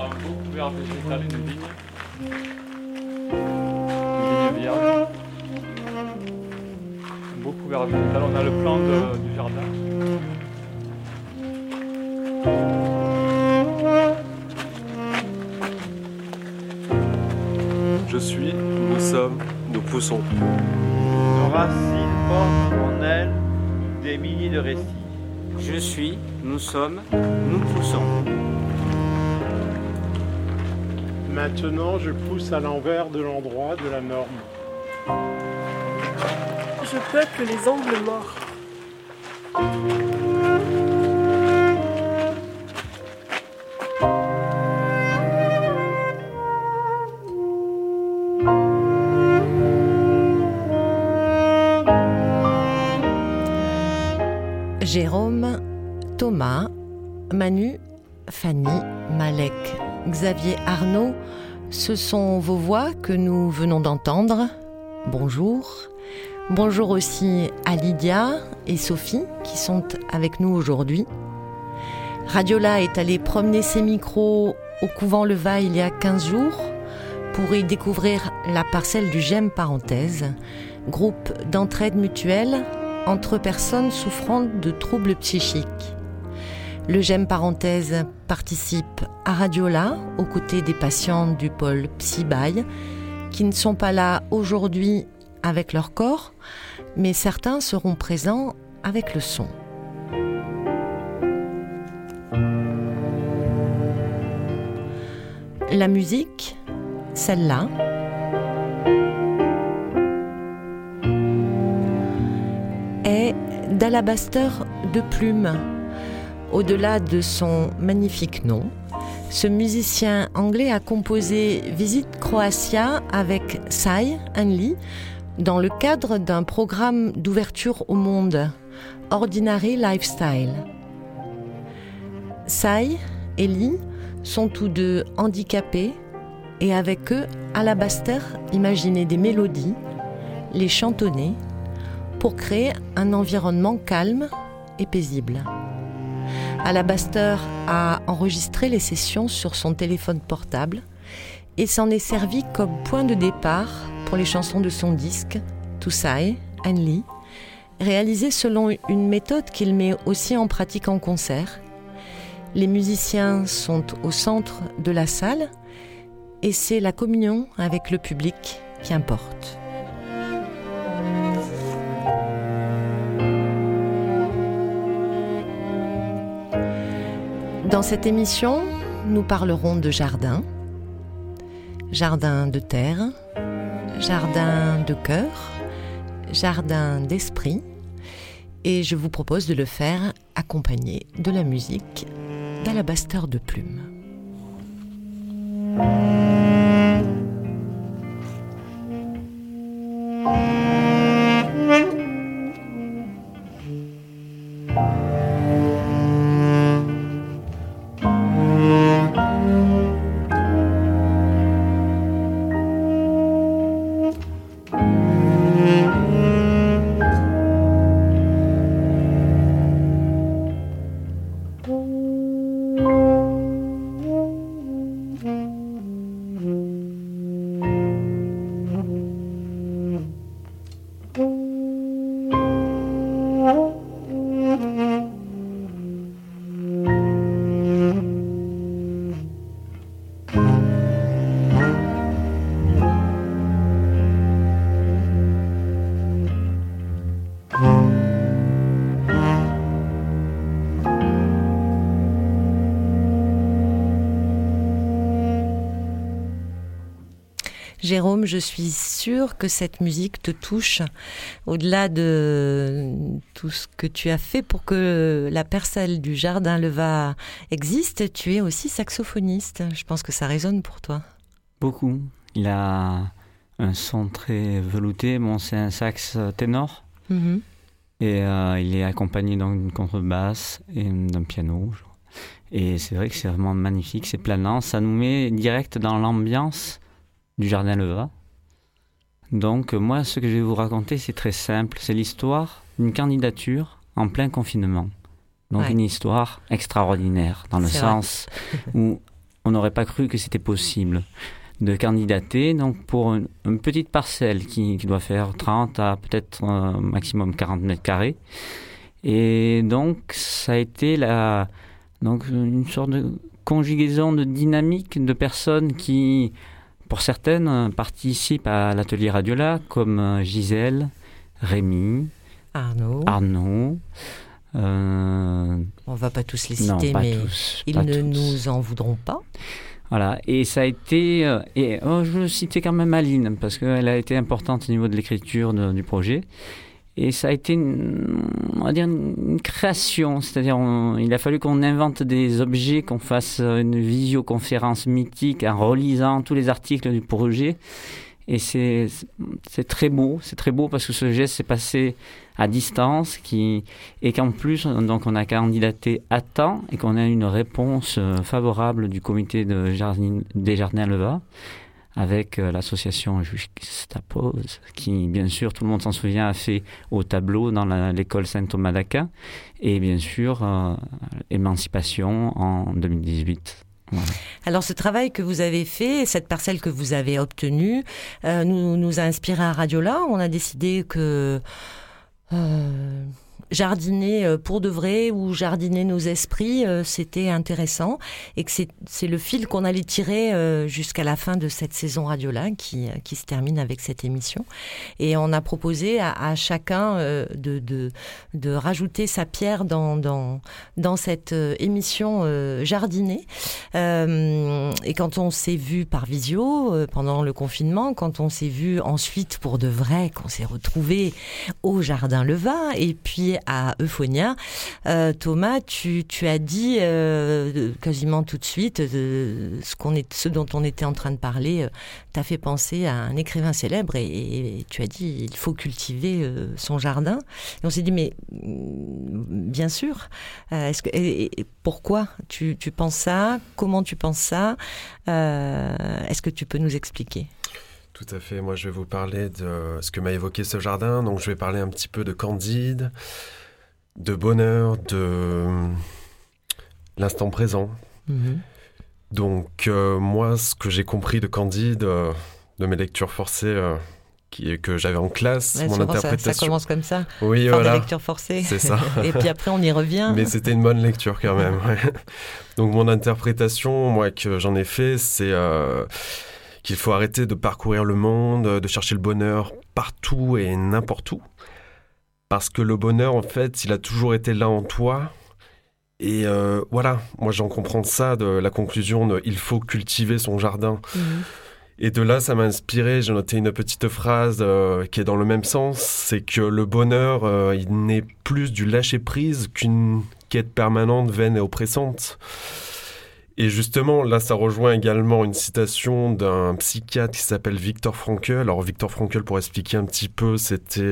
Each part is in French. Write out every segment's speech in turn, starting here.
un beau couvert végétal, une vigne vierge. Un beau couvert végétal. On a le plan du jardin. Je suis, nous sommes, nous poussons. Nos racines portent en elles des milliers de récits. Je suis, nous sommes, nous poussons. Maintenant, je pousse à l'envers de l'endroit de la norme. Je peuple les angles morts. Jérôme, Thomas, Manu, Fanny, Malek, Xavier, Arnaud, ce sont vos voix que nous venons d'entendre. Bonjour. Bonjour aussi à Lydia et Sophie qui sont avec nous aujourd'hui. Radiola est allé promener ses micros au couvent Levat il y a 15 jours pour y découvrir la parcelle du J'aime Parenthèse, groupe d'entraide mutuelle entre personnes souffrant de troubles psychiques. Le J'aime Parenthèse participe à Radiola aux côtés des patients du pôle Psy-Bail qui ne sont pas là aujourd'hui avec leur corps, mais certains seront présents avec le son. La musique, celle-là, est d'Alabaster de Plume. Au-delà de son magnifique nom, ce musicien anglais a composé Visit Croatia avec Sai Hanley dans le cadre d'un programme d'ouverture au monde, Ordinary Lifestyle. Sai et Lee sont tous deux handicapés et avec eux, Alabaster imaginait des mélodies, les chantonner pour créer un environnement calme et paisible. Alabaster a enregistré les sessions sur son téléphone portable et s'en est servi comme point de départ pour les chansons de son disque To Sai Hanley, réalisé selon une méthode qu'il met aussi en pratique en concert. Les musiciens sont au centre de la salle et c'est la communion avec le public qui importe. Dans cette émission, nous parlerons de jardin, jardin de terre, jardin de cœur, jardin d'esprit, et je vous propose de le faire accompagné de la musique d'Alabaster de Plume. Jérôme, je suis sûre que cette musique te touche au-delà de tout ce que tu as fait pour que la parcelle du Jardin Levat existe. Tu es aussi saxophoniste. Je pense que ça résonne pour toi. Beaucoup. Il a un son très velouté. Bon, c'est un sax ténor. Mm-hmm. Et il est accompagné donc d'une contrebasse et d'un piano. Et c'est vrai que c'est vraiment magnifique, c'est planant. Ça nous met direct dans l'ambiance du Jardin Levat. Donc moi, ce que je vais vous raconter, c'est très simple. C'est l'histoire d'une candidature en plein confinement. Donc une histoire extraordinaire, dans le sens où on n'aurait pas cru que c'était possible de candidater donc pour une petite parcelle qui doit faire 30 à peut-être maximum 40 mètres carrés. Et donc, ça a été donc une sorte de conjugaison de dynamique de personnes qui, pour certaines, participent à l'atelier Radiola, comme Gisèle, Rémi, Arnaud. On va pas tous les citer, mais ils ne nous en voudront pas. Voilà, et ça a été... je citais quand même Aline, parce qu'elle a été importante au niveau de l'écriture du projet. Et ça a été, on va dire, une création. C'est-à-dire, il a fallu qu'on invente des objets, qu'on fasse une visioconférence mythique en relisant tous les articles du projet. Et c'est très beau. C'est très beau parce que ce geste s'est passé à distance et qu'en plus, donc, on a candidaté à temps et qu'on a eu une réponse favorable du comité des Jardins Leva, avec l'association Juxtapose, qui, bien sûr, tout le monde s'en souvient, a fait au tableau dans l'école Saint-Thomas d'Aquin, et bien sûr, Émancipation en 2018. Voilà. Alors, ce travail que vous avez fait, cette parcelle que vous avez obtenue, nous a inspiré à Radiola. On a décidé que jardiner pour de vrai ou jardiner nos esprits, c'était intéressant et que c'est le fil qu'on allait tirer jusqu'à la fin de cette saison Radiola qui se termine avec cette émission. Et on a proposé à chacun de rajouter sa pierre dans cette émission jardiner. Et quand on s'est vu par visio pendant le confinement, quand on s'est vu ensuite pour de vrai, qu'on s'est retrouvés au Jardin Leva et puis à Euphonia, Thomas, tu as dit quasiment tout de suite ce dont on était en train de parler, t'as fait penser à un écrivain célèbre et tu as dit il faut cultiver son jardin. Et on s'est dit mais bien sûr, pourquoi tu penses ça, comment tu penses ça, est-ce que tu peux nous expliquer? Tout à fait, moi je vais vous parler de ce que m'a évoqué ce jardin, donc je vais parler un petit peu de Candide, de bonheur, de l'instant présent. Mmh. Donc moi, ce que j'ai compris de Candide, de mes lectures forcées que j'avais en classe, mon interprétation... Ça commence comme ça, oui, par des lectures forcées. C'est ça. Et puis après, on y revient. Mais c'était une bonne lecture quand même. Ouais. Donc mon interprétation, moi, que j'en ai fait, c'est... qu'il faut arrêter de parcourir le monde, de chercher le bonheur partout et n'importe où. Parce que le bonheur, en fait, il a toujours été là en toi. Et voilà, moi j'en comprends ça, de la conclusion de « il faut cultiver son jardin ». Et de là, ça m'a inspiré, j'ai noté une petite phrase qui est dans le même sens, c'est que le bonheur, il n'est plus du lâcher-prise qu'une quête permanente, vaine et oppressante. Et justement, là, ça rejoint également une citation d'un psychiatre qui s'appelle Viktor Frankl. Alors, Viktor Frankl, pour expliquer un petit peu, c'était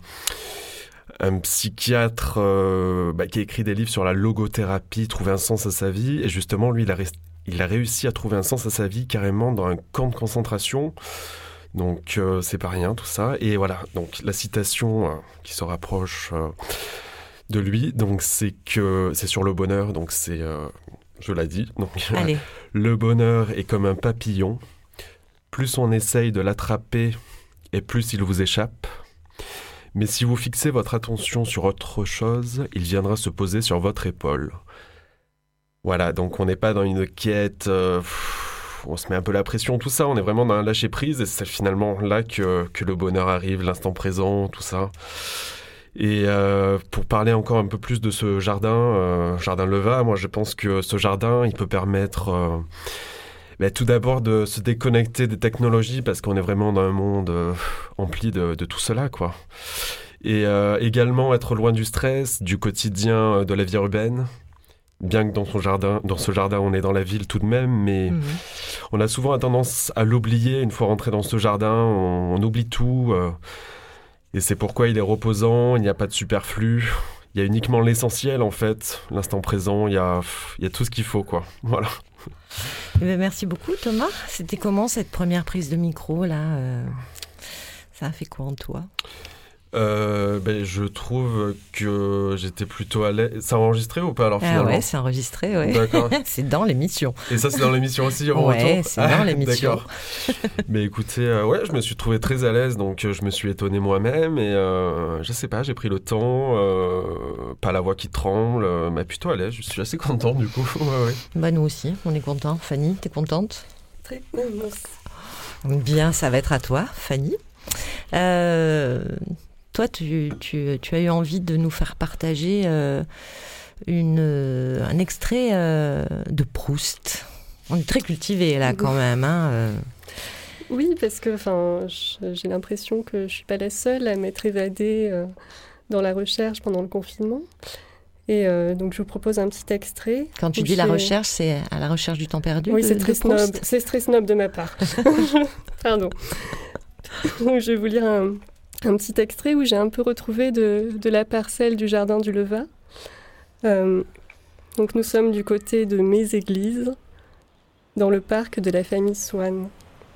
un psychiatre qui a écrit des livres sur la logothérapie, trouver un sens à sa vie. Et justement, lui, il a réussi à trouver un sens à sa vie carrément dans un camp de concentration. Donc, c'est pas rien, tout ça. Et voilà, donc la citation qui se rapproche de lui, donc c'est sur le bonheur, donc c'est... je l'ai dit. Donc, le bonheur est comme un papillon. Plus on essaye de l'attraper et plus il vous échappe. Mais si vous fixez votre attention sur autre chose, il viendra se poser sur votre épaule. Voilà, donc on n'est pas dans une quête, on se met un peu la pression, tout ça. On est vraiment dans un lâcher-prise et c'est finalement là que le bonheur arrive, l'instant présent, tout ça. Et pour parler encore un peu plus de ce jardin, Jardin Leva, moi je pense que ce jardin, il peut permettre tout d'abord de se déconnecter des technologies parce qu'on est vraiment dans un monde empli de tout cela, quoi. Et également être loin du stress, du quotidien de la vie urbaine. Bien que dans ce jardin, on est dans la ville tout de même, mais on a souvent tendance à l'oublier. Une fois rentré dans ce jardin, on oublie tout. Et c'est pourquoi il est reposant, il n'y a pas de superflu. Il y a uniquement l'essentiel, en fait. L'instant présent, il y a tout ce qu'il faut, quoi. Voilà. Merci beaucoup, Thomas. C'était comment, cette première prise de micro, là Ça a fait quoi en toi ? Je trouve que j'étais plutôt à l'aise. C'est enregistré ou pas alors finalement? Ouais, c'est enregistré, ouais. D'accord. C'est dans l'émission. Et ça, c'est dans l'émission aussi en Ouais, retour? c'est dans l'émission. D'accord. Mais écoutez, je me suis trouvé très à l'aise, donc je me suis étonné moi-même et je sais pas, j'ai pris le temps, pas la voix qui tremble, mais plutôt à l'aise. Je suis assez content du coup. Ouais. Bah nous aussi, on est contents. Fanny, t'es contente? Très contente. Bien, ça va être à toi, Fanny. Toi, tu as eu envie de nous faire partager un extrait de Proust. On est très cultivés là quand même. Hein. Oui, parce que j'ai l'impression que je ne suis pas la seule à m'être évadée dans la recherche pendant le confinement. Et donc je vous propose un petit extrait. Quand tu dis la recherche, c'est à la recherche du temps perdu? Oui, c'est très snob. C'est très snob de ma part. Pardon. Donc, je vais vous lire un petit extrait où j'ai un peu retrouvé de la parcelle du jardin du Levat. Donc nous sommes du côté de Méséglise, dans le parc de la famille Swann.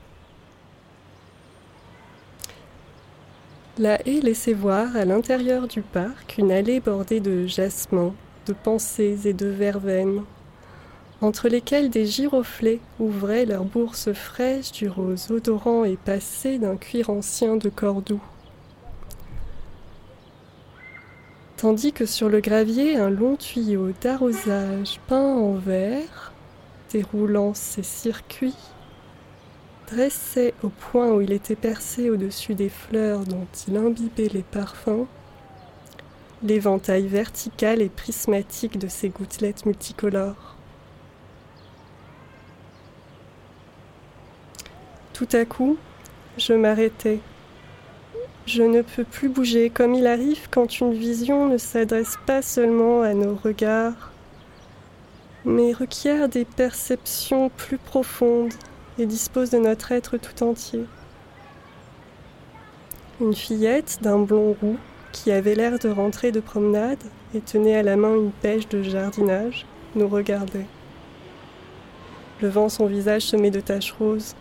La haie laissait voir à l'intérieur du parc une allée bordée de jasmins, de pensées et de verveines, entre lesquelles des giroflées ouvraient leurs bourses fraîches du rose odorant et passé d'un cuir ancien de Cordoue. Tandis que sur le gravier, un long tuyau d'arrosage peint en vert, déroulant ses circuits, dressait au point où il était percé au-dessus des fleurs dont il imbibait les parfums, l'éventail vertical et prismatique de ses gouttelettes multicolores. Tout à coup, je m'arrêtai. Je ne peux plus bouger comme il arrive quand une vision ne s'adresse pas seulement à nos regards, mais requiert des perceptions plus profondes et dispose de notre être tout entier. Une fillette d'un blond roux qui avait l'air de rentrer de promenade et tenait à la main une pêche de jardinage nous regardait. Levant son visage semé de taches roses.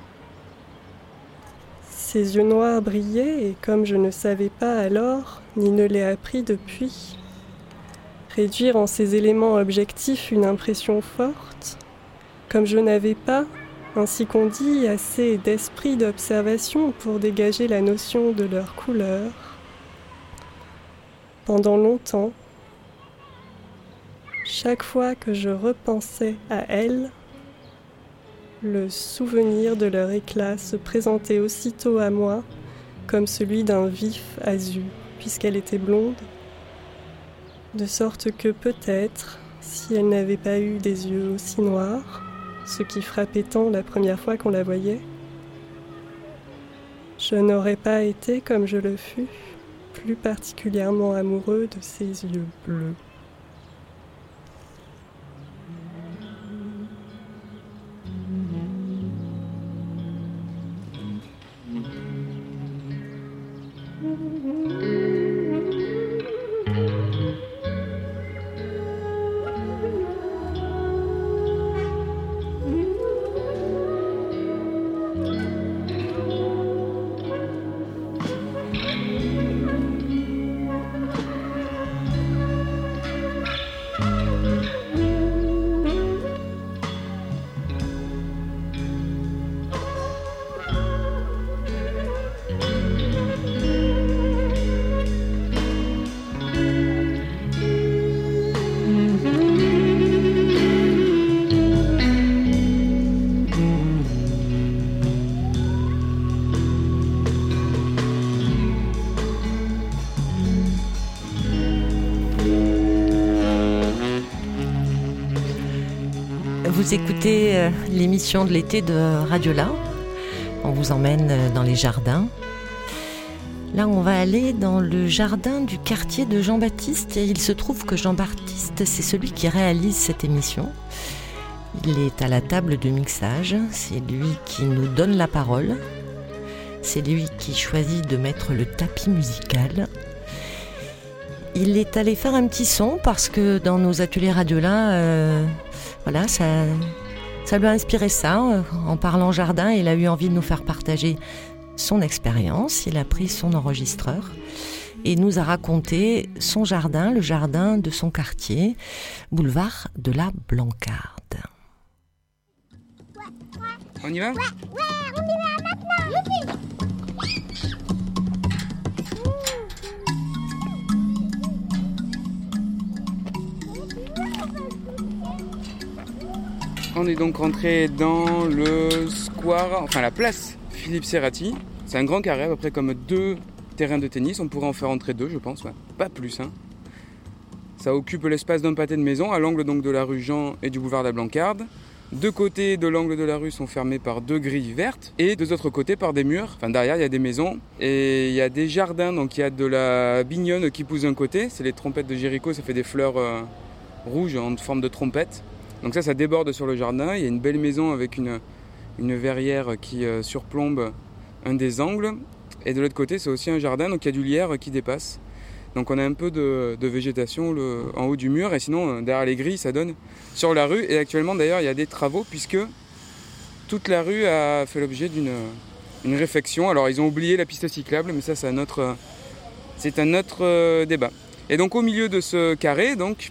Ses yeux noirs brillaient et comme je ne savais pas alors, ni ne l'ai appris depuis, réduire en ces éléments objectifs une impression forte, comme je n'avais pas, ainsi qu'on dit, assez d'esprit d'observation pour dégager la notion de leur couleur. Pendant longtemps, chaque fois que je repensais à elles, le souvenir de leur éclat se présentait aussitôt à moi comme celui d'un vif azur, puisqu'elle était blonde, de sorte que peut-être, si elle n'avait pas eu des yeux aussi noirs, ce qui frappait tant la première fois qu'on la voyait, je n'aurais pas été, comme je le fus, plus particulièrement amoureux de ses yeux bleus. Vous écoutez l'émission de l'été de Radiola. On vous emmène dans les jardins. Là, on va aller dans le jardin du quartier de Jean-Baptiste. Et il se trouve que Jean-Baptiste, c'est celui qui réalise cette émission. Il est à la table de mixage. C'est lui qui nous donne la parole. C'est lui qui choisit de mettre le tapis musical. Il est allé faire un petit son parce que dans nos ateliers Radiola, voilà, ça lui a inspiré ça. En parlant jardin, il a eu envie de nous faire partager son expérience, il a pris son enregistreur et nous a raconté son jardin, le jardin de son quartier, boulevard de la Blancarde. On y va ? Ouais, on y va maintenant. On est donc rentré dans le square, enfin la place Philippe Serrati. C'est un grand carré, à peu près comme 2 terrains de tennis. On pourrait en faire entrer 2, je pense, ouais. Pas plus. Hein. Ça occupe l'espace d'un pâté de maison, à l'angle donc de la rue Jean et du boulevard de la Blancarde. 2 côtés de l'angle de la rue sont fermés par 2 grilles vertes et 2 autres côtés par des murs. Enfin derrière il y a des maisons et il y a des jardins, donc il y a de la bignonne qui pousse d'un côté. C'est les trompettes de Jéricho, ça fait des fleurs rouges en forme de trompette. Donc ça déborde sur le jardin. Il y a une belle maison avec une verrière qui surplombe un des angles. Et de l'autre côté, c'est aussi un jardin, donc il y a du lierre qui dépasse. Donc on a un peu de végétation en haut du mur. Et sinon, derrière les grilles, ça donne sur la rue. Et actuellement, d'ailleurs, il y a des travaux puisque toute la rue a fait l'objet d'une réfection. Alors ils ont oublié la piste cyclable, mais ça, c'est un autre débat. Et donc au milieu de ce carré, donc,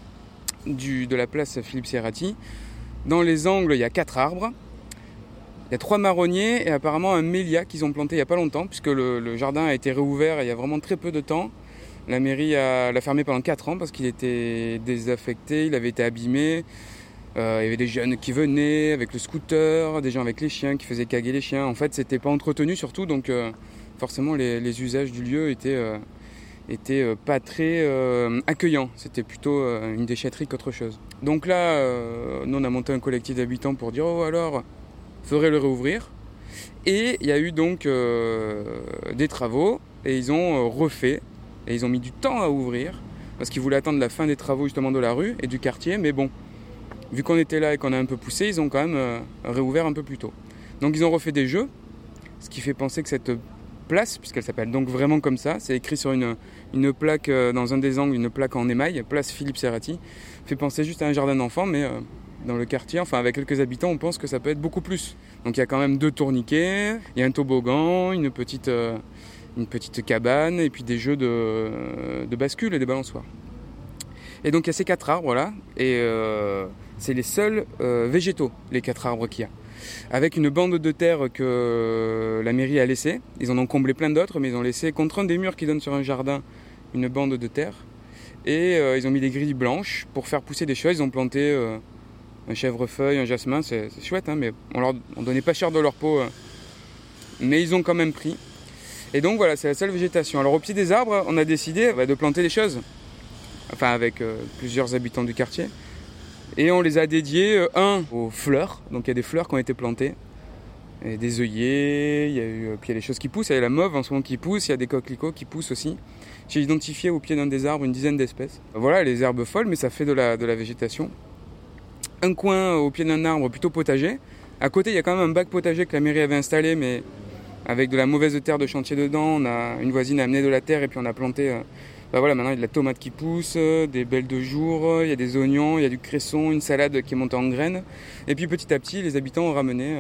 de la place Philippe Serrati, dans les angles, il y a 4 arbres. Il y a 3 marronniers et apparemment un mélia qu'ils ont planté il n'y a pas longtemps, puisque le jardin a été réouvert il y a vraiment très peu de temps. La mairie l'a fermé pendant 4 ans parce qu'il était désaffecté, il avait été abîmé. Il y avait des jeunes qui venaient avec le scooter, des gens avec les chiens qui faisaient caguer les chiens. En fait, c'était pas entretenu surtout, donc forcément les usages du lieu étaient pas très accueillants. C'était plutôt une déchetterie qu'autre chose. Donc là, nous on a monté un collectif d'habitants pour dire « Oh alors, faudrait le réouvrir ». Et il y a eu donc des travaux et ils ont refait. Et ils ont mis du temps à ouvrir parce qu'ils voulaient attendre la fin des travaux justement de la rue et du quartier. Mais bon, vu qu'on était là et qu'on a un peu poussé, ils ont quand même réouvert un peu plus tôt. Donc ils ont refait des jeux, ce qui fait penser que cette place, puisqu'elle s'appelle donc vraiment comme ça, c'est écrit sur une plaque dans un des angles, une plaque en émail, place Philippe Serrati, fait penser juste à un jardin d'enfants, mais dans le quartier, enfin avec quelques habitants, on pense que ça peut être beaucoup plus. Donc il y a quand même 2 tourniquets, il y a un toboggan, une petite cabane et puis des jeux de bascule et des balançoires. Et donc il y a ces 4 arbres là, et c'est les seuls végétaux, les 4 arbres qu'il y a. Avec une bande de terre que la mairie a laissée. Ils en ont comblé plein d'autres, mais ils ont laissé contre un des murs qui donne sur un jardin une bande de terre. Et ils ont mis des grilles blanches pour faire pousser des choses. Ils ont planté un chèvrefeuille, un jasmin, c'est chouette, hein, mais on donnait pas cher de leur peau. Mais ils ont quand même pris. Et donc voilà, c'est la seule végétation. Alors au pied des arbres, on a décidé de planter des choses. Enfin avec plusieurs habitants du quartier. Et on les a dédiés, aux fleurs. Donc il y a des fleurs qui ont été plantées. Il y a des œillets, puis il y a des choses qui poussent. Il y a la mauve en ce moment qui pousse, il y a des coquelicots qui poussent aussi. J'ai identifié au pied d'un des arbres une dizaine d'espèces. Voilà, les herbes folles, mais ça fait de la végétation. Un coin au pied d'un arbre plutôt potager. À côté, il y a quand même un bac potager que la mairie avait installé, mais avec de la mauvaise terre de chantier dedans. Une voisine a amené de la terre et puis on a planté... voilà, maintenant il y a de la tomate qui pousse, des belles de jour, il y a des oignons, il y a du cresson, une salade qui est montée en graines. Et puis petit à petit, les habitants ont ramené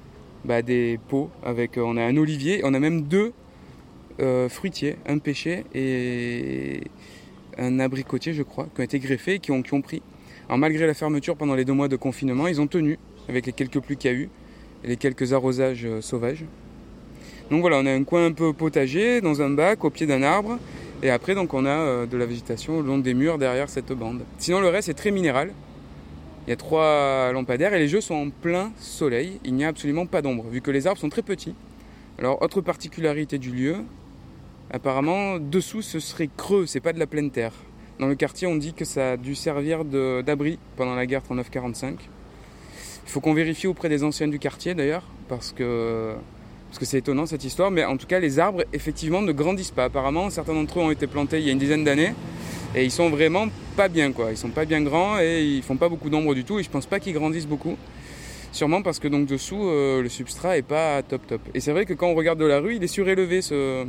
des pots avec... on a un olivier, on a même 2 fruitiers, un pêcher et un abricotier, je crois, qui ont été greffés et qui ont pris. Alors malgré la fermeture pendant les 2 mois de confinement, ils ont tenu avec les quelques pluies qu'il y a eu et les quelques arrosages sauvages. Donc voilà, on a un coin un peu potager dans un bac au pied d'un arbre. Et après, donc, on a de la végétation le long des murs derrière cette bande. Sinon, le reste est très minéral. Il y a 3 lampadaires et les jeux sont en plein soleil. Il n'y a absolument pas d'ombre, vu que les arbres sont très petits. Alors, autre particularité du lieu, apparemment, dessous, ce serait creux, c'est pas de la pleine terre. Dans le quartier, on dit que ça a dû servir d'abri pendant la guerre 39-45. Il faut qu'on vérifie auprès des anciens du quartier, d'ailleurs, parce que c'est étonnant cette histoire, mais en tout cas les arbres effectivement ne grandissent pas. Apparemment certains d'entre eux ont été plantés il y a une dizaine d'années et ils sont vraiment pas bien quoi. Ils sont pas bien grands et ils font pas beaucoup d'ombre du tout et je pense pas qu'ils grandissent beaucoup. Sûrement parce que donc dessous le substrat est pas top. Et c'est vrai que quand on regarde de la rue, il est surélevé ce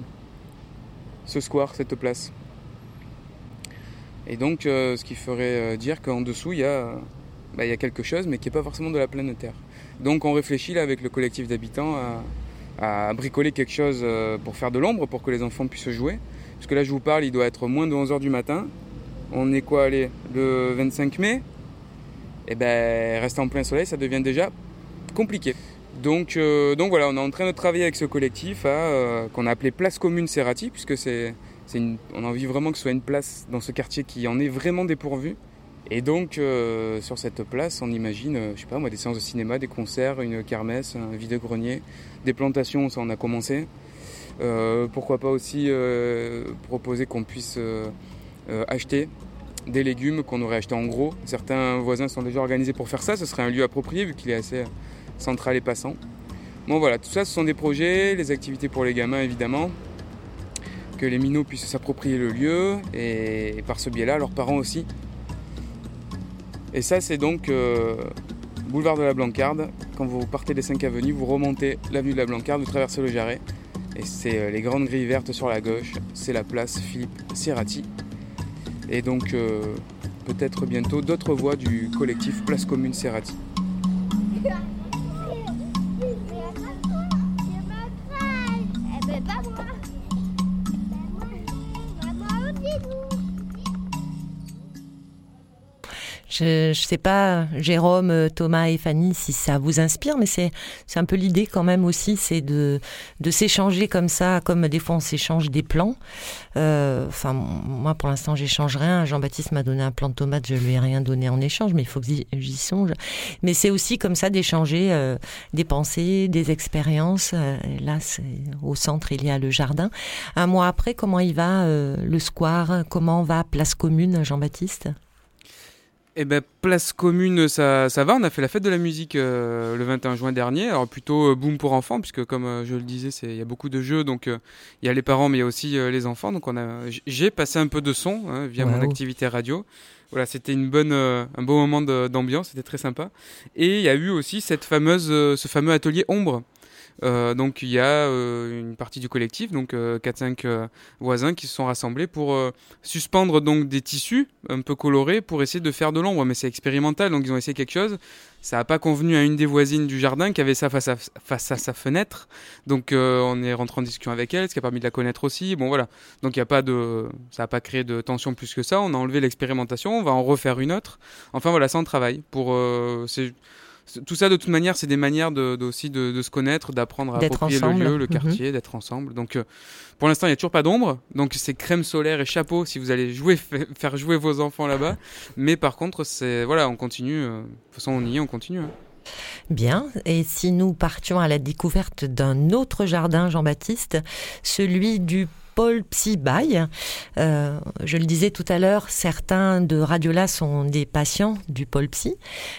square, cette place. Et donc ce qui ferait dire qu'en dessous il y a quelque chose mais qui est pas forcément de la pleine terre. Donc on réfléchit là avec le collectif d'habitants à bricoler quelque chose pour faire de l'ombre, pour que les enfants puissent jouer. Parce que là, je vous parle, il doit être moins de 11h du matin. On est quoi, allez, le 25 mai ? Et rester en plein soleil, ça devient déjà compliqué. Donc voilà, on est en train de travailler avec ce collectif qu'on a appelé Place Commune Cerati, puisque on a envie vraiment que ce soit une place dans ce quartier qui en est vraiment dépourvu. Et donc, sur cette place, on imagine, je sais pas moi, des séances de cinéma, des concerts, une kermesse, un vide-grenier, des plantations, ça on a commencé. Pourquoi pas aussi proposer qu'on puisse acheter des légumes qu'on aurait achetés en gros. Certains voisins sont déjà organisés pour faire ça, ce serait un lieu approprié vu qu'il est assez central et passant. Bon voilà, tout ça ce sont des projets, les activités pour les gamins évidemment, que les minots puissent s'approprier le lieu et par ce biais-là, leurs parents aussi. Et ça c'est donc boulevard de la Blancarde. Quand vous partez des 5 avenues, vous remontez l'avenue de la Blancarde, vous traversez le Jarret. Et c'est les grandes grilles vertes sur la gauche, c'est la place Philippe Cerati. Et donc peut-être bientôt d'autres voix du collectif Place Commune Cerati. Je sais pas, Jérôme, Thomas et Fanny, si ça vous inspire, mais c'est un peu l'idée quand même aussi, c'est de s'échanger comme ça, comme des fois on s'échange des plans. Moi pour l'instant j'échange rien. Jean-Baptiste m'a donné un plan de tomates, je lui ai rien donné en échange, mais il faut que j'y songe. Mais c'est aussi comme ça d'échanger des pensées, des expériences. Là, au centre il y a le jardin. Un mois après, comment il va le square? Comment va Place Commune, Jean-Baptiste? Place Commune, ça va. On a fait la fête de la musique le 21 juin dernier. Alors plutôt boom pour enfants, puisque comme je le disais, il y a beaucoup de jeux. Donc il y a les parents, mais il y a aussi les enfants. Donc j'ai passé un peu de son via mon activité radio. Voilà, c'était un beau moment d'ambiance. C'était très sympa. Et il y a eu aussi ce fameux atelier ombre. Donc il y a une partie du collectif, donc 4-5 voisins qui se sont rassemblés pour suspendre donc des tissus un peu colorés pour essayer de faire de l'ombre, mais c'est expérimental, donc ils ont essayé quelque chose. Ça n'a pas convenu à une des voisines du jardin qui avait ça face à sa fenêtre, donc on est rentré en discussion avec elle, ce qui a permis de la connaître aussi. Bon voilà, donc ça n'a pas créé de tension plus que ça. On a enlevé l'expérimentation, on va en refaire une autre. Enfin voilà, ça on travaille pour tout ça, de toute manière, c'est des manières aussi de se connaître, d'apprendre à approprier le lieu, le quartier, d'être ensemble. Donc, pour l'instant, il n'y a toujours pas d'ombre. Donc, c'est crème solaire et chapeau si vous allez faire jouer vos enfants là-bas. Mais par contre, on continue. De toute façon, on y est, on continue. Hein. Bien. Et si nous partions à la découverte d'un autre jardin, Jean-Baptiste, celui du Paul Psy Bail. Je le disais tout à l'heure, certains de Radiola sont des patients du Paul Psy.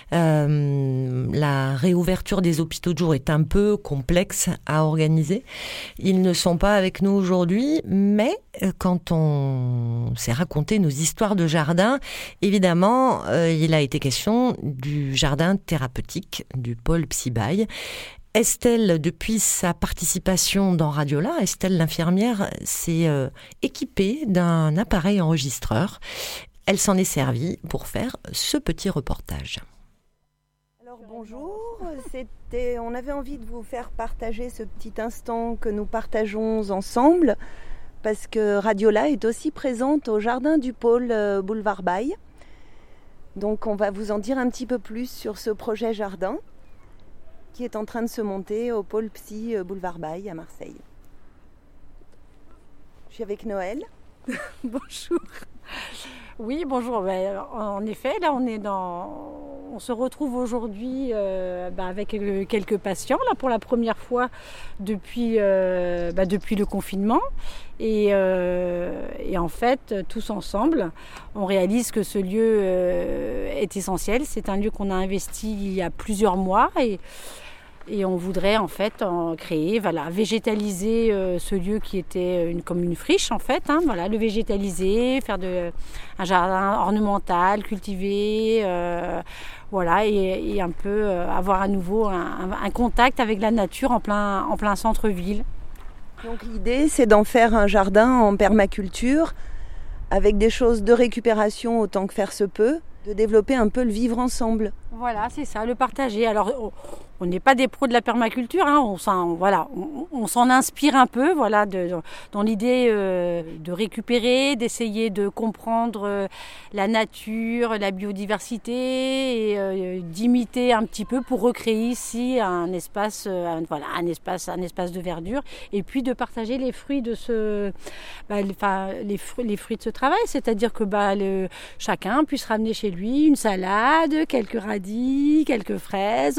La réouverture des hôpitaux de jour est un peu complexe à organiser. Ils ne sont pas avec nous aujourd'hui, mais quand on s'est raconté nos histoires de jardin, évidemment, il a été question du jardin thérapeutique du Paul Psy Bail. Estelle, depuis sa participation dans Radiola, Estelle l'infirmière s'est équipée d'un appareil enregistreur. Elle s'en est servie pour faire ce petit reportage. Alors bonjour, on avait envie de vous faire partager ce petit instant que nous partageons ensemble parce que Radiola est aussi présente au jardin du Pôle Boulevard Bail. Donc on va vous en dire un petit peu plus sur ce projet jardin qui est en train de se monter au Pôle Psy Boulevard Bail à Marseille. Je suis avec Noël. Bonjour. Oui, bonjour. En effet, là, on se retrouve aujourd'hui avec quelques patients là pour la première fois depuis le confinement. Et en fait, tous ensemble, on réalise que ce lieu est essentiel. C'est un lieu qu'on a investi il y a plusieurs mois et on voudrait en fait créer, végétaliser ce lieu qui était comme une friche en fait. Le végétaliser, faire un jardin ornemental, cultiver, et un peu avoir à nouveau un contact avec la nature en plein centre-ville. Donc l'idée, c'est d'en faire un jardin en permaculture avec des choses de récupération autant que faire se peut, de développer un peu le vivre ensemble. Voilà, c'est ça, le partager. Alors, on n'est pas des pros de la permaculture, hein, on s'en inspire un peu, voilà, dans l'idée de récupérer, d'essayer de comprendre la nature, la biodiversité, et d'imiter un petit peu pour recréer ici un espace de verdure, et puis de partager les fruits de les fruits de ce travail, c'est-à-dire que chacun puisse ramener chez lui une salade, quelques radis, quelques fraises,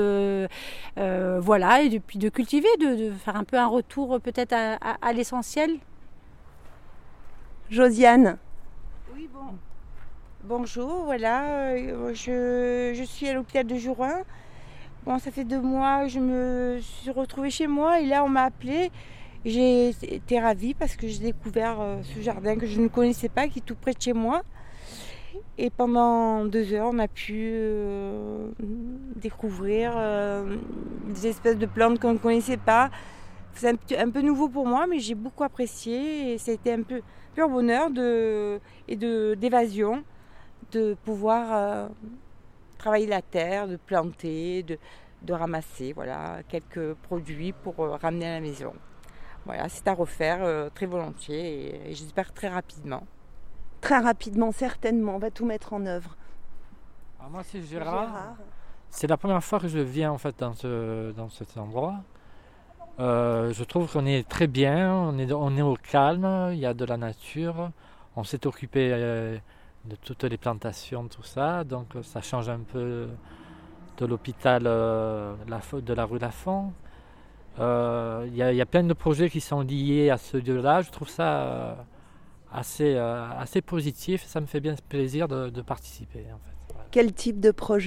voilà, et puis de cultiver, de faire un peu un retour peut-être à l'essentiel. Josiane. Oui, bonjour, voilà, je suis à l'hôpital de Jurin. Bon, ça fait 2 mois que je me suis retrouvée chez moi et là on m'a appelée. J'ai été ravie parce que j'ai découvert ce jardin que je ne connaissais pas, qui est tout près de chez moi. Et pendant 2 heures, on a pu découvrir des espèces de plantes qu'on ne connaissait pas. C'est un peu nouveau pour moi, mais j'ai beaucoup apprécié. Et ça a été un peu pur bonheur d'évasion, de pouvoir travailler la terre, de planter, de ramasser quelques produits pour ramener à la maison. Voilà, c'est à refaire très volontiers et j'espère très rapidement. Très rapidement, certainement, on va tout mettre en œuvre. Alors moi, c'est Gérard. C'est la première fois que je viens en fait dans cet endroit. Je trouve qu'on est très bien, on est au calme, il y a de la nature, on s'est occupé de toutes les plantations, tout ça, donc ça change un peu de l'hôpital de la rue Lafont. Il y a plein de projets qui sont liés à ce lieu-là, je trouve ça assez positif, ça me fait bien plaisir de participer en fait. Voilà. Quel type de projet ?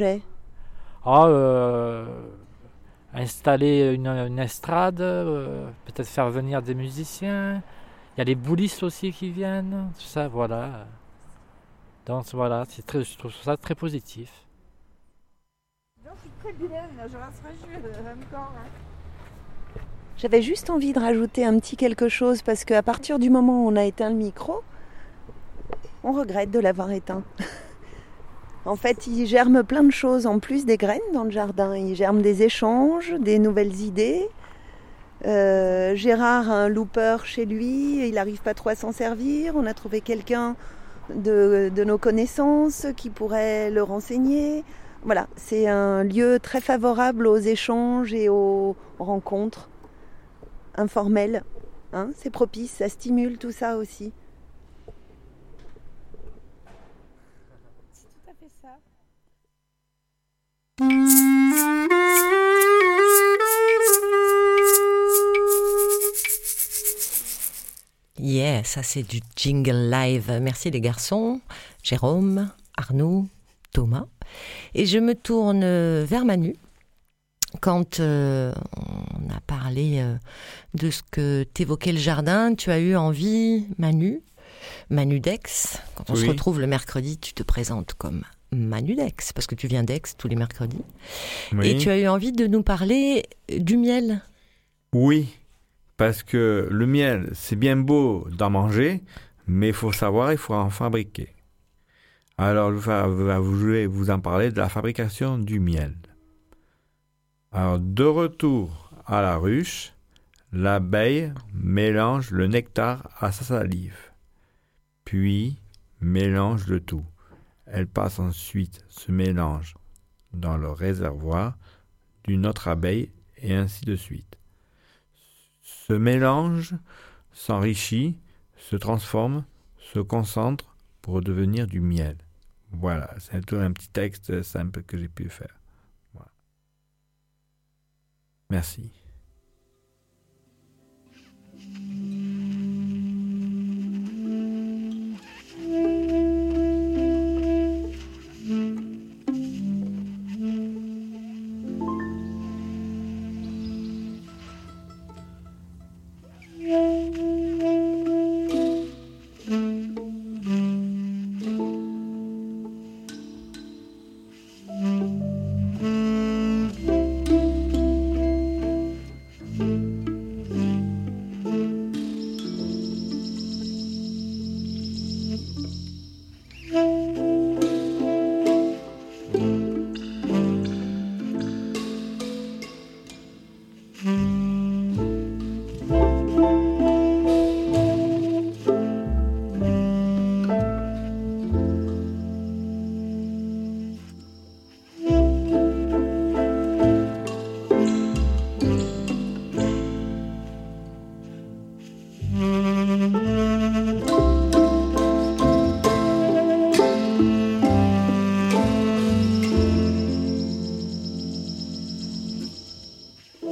Installer une estrade, peut-être faire venir des musiciens. Il y a les boulistes aussi qui viennent, tout ça, voilà. Donc voilà, je trouve ça très positif. Non, c'est très bien, je resterai encore. J'avais juste envie de rajouter un petit quelque chose parce qu'à partir du moment où on a éteint le micro, on regrette de l'avoir éteint. En fait, il germe plein de choses en plus des graines dans le jardin. Il germe des échanges, des nouvelles idées. Gérard a un looper chez lui, il n'arrive pas trop à s'en servir. On a trouvé quelqu'un de nos connaissances qui pourrait le renseigner. Voilà, c'est un lieu très favorable aux échanges et aux rencontres informelles. Hein, c'est propice, ça stimule tout ça aussi. C'est tout à fait ça. Yeah, ça c'est du jingle live. Merci les garçons, Jérôme, Arnaud, Thomas. Et je me tourne vers Manu. Quand on a parlé de ce que t'évoquait le jardin, tu as eu envie, Manu d'Aix. Quand on se retrouve le mercredi, tu te présentes comme Manu d'Aix, parce que tu viens d'Aix tous les mercredis. Oui. Et tu as eu envie de nous parler du miel. Oui, parce que le miel, c'est bien beau d'en manger, mais il faut savoir, il faut en fabriquer. Alors, je vais vous en parler de la fabrication du miel. Alors, de retour à la ruche, l'abeille mélange le nectar à sa salive, puis mélange le tout. Elle passe ensuite ce mélange dans le réservoir d'une autre abeille et ainsi de suite. Ce mélange s'enrichit, se transforme, se concentre pour devenir du miel. Voilà, c'est un petit texte simple que j'ai pu faire. Voilà. Merci.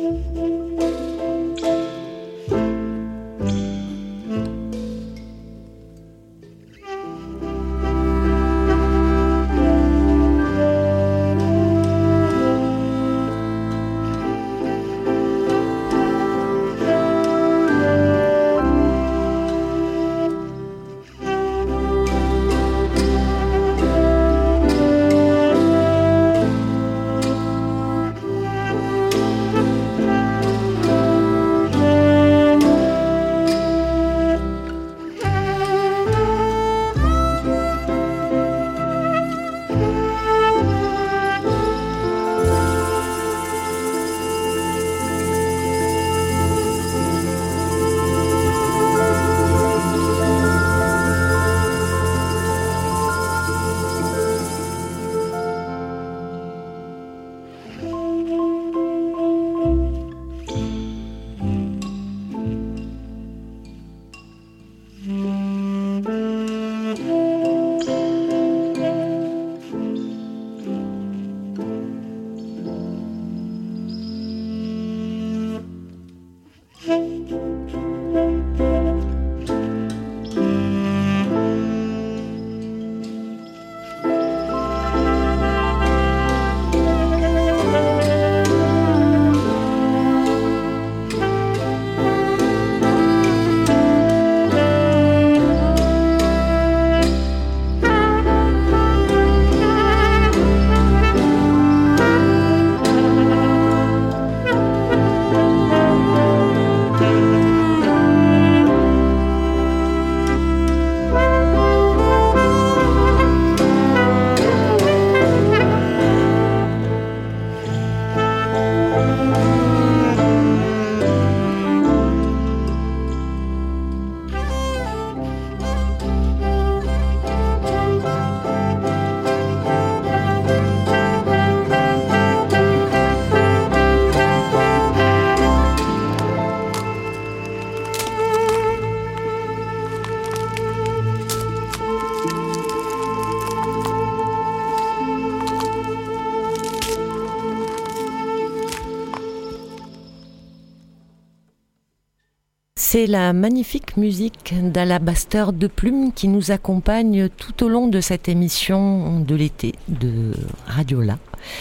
C'est la magnifique musique d'Alabaster de Plume qui nous accompagne tout au long de cette émission de l'été de Radiola.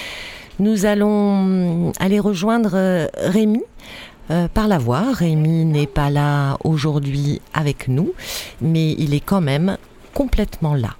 Nous allons aller rejoindre Rémi par la voix. Rémi n'est pas là aujourd'hui avec nous, mais il est quand même complètement là.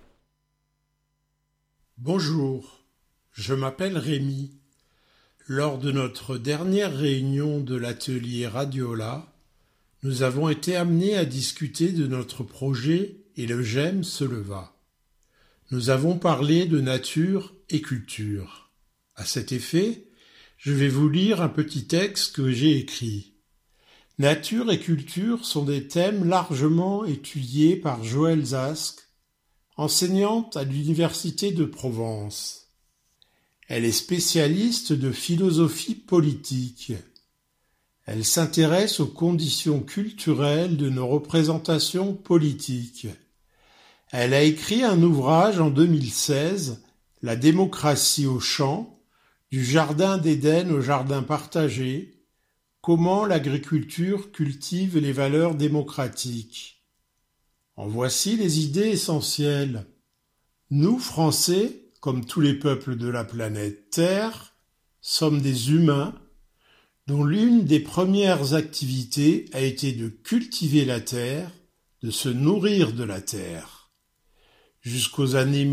Bonjour, je m'appelle Rémi. Lors de notre dernière réunion de l'atelier Radiola, nous avons été amenés à discuter de notre projet et le GEM se leva. Nous avons parlé de nature et culture. À cet effet, je vais vous lire un petit texte que j'ai écrit. Nature et culture sont des thèmes largement étudiés par Joëlle Zask, enseignante à l'Université de Provence. Elle est spécialiste de philosophie politique. Elle s'intéresse aux conditions culturelles de nos représentations politiques. Elle a écrit un ouvrage en 2016, La démocratie au champ, du jardin d'Éden au jardin partagé, comment l'agriculture cultive les valeurs démocratiques. En voici les idées essentielles. Nous, Français, comme tous les peuples de la planète Terre, sommes des humains dont l'une des premières activités a été de cultiver la terre, de se nourrir de la terre. Jusqu'aux années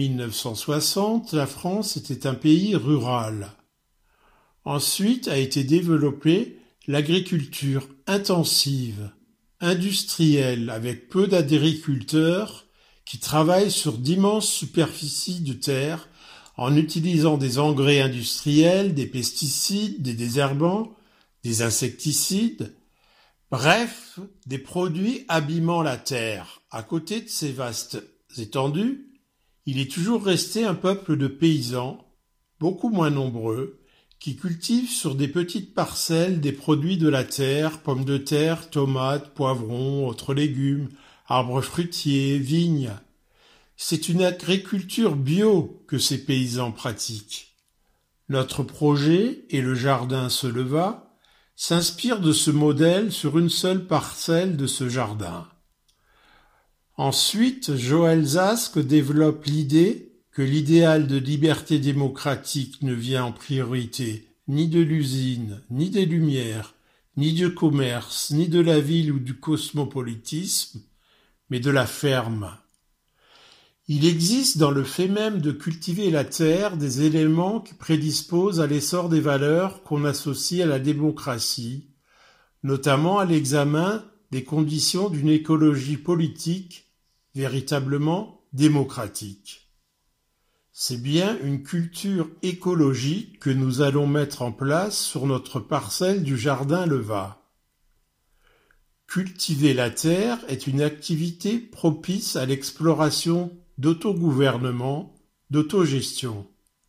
1960, la France était un pays rural. Ensuite a été développée l'agriculture intensive, industrielle, avec peu d'agriculteurs qui travaillent sur d'immenses superficies de terre en utilisant des engrais industriels, des pesticides, des désherbants, des insecticides, bref, des produits abîmant la terre. À côté de ces vastes étendues, il est toujours resté un peuple de paysans, beaucoup moins nombreux, qui cultivent sur des petites parcelles des produits de la terre, pommes de terre, tomates, poivrons, autres légumes, arbres fruitiers, vignes. C'est une agriculture bio que ces paysans pratiquent. Notre projet, et le jardin se leva, s'inspire de ce modèle sur une seule parcelle de ce jardin. Ensuite, Joël Zask développe l'idée que l'idéal de liberté démocratique ne vient en priorité ni de l'usine, ni des lumières, ni du commerce, ni de la ville ou du cosmopolitisme, mais de la ferme. Il existe dans le fait même de cultiver la terre des éléments qui prédisposent à l'essor des valeurs qu'on associe à la démocratie, notamment à l'examen des conditions d'une écologie politique véritablement démocratique. C'est bien une culture écologique que nous allons mettre en place sur notre parcelle du jardin Leva. Cultiver la terre est une activité propice à l'exploration d'autogouvernement, d'autogestion.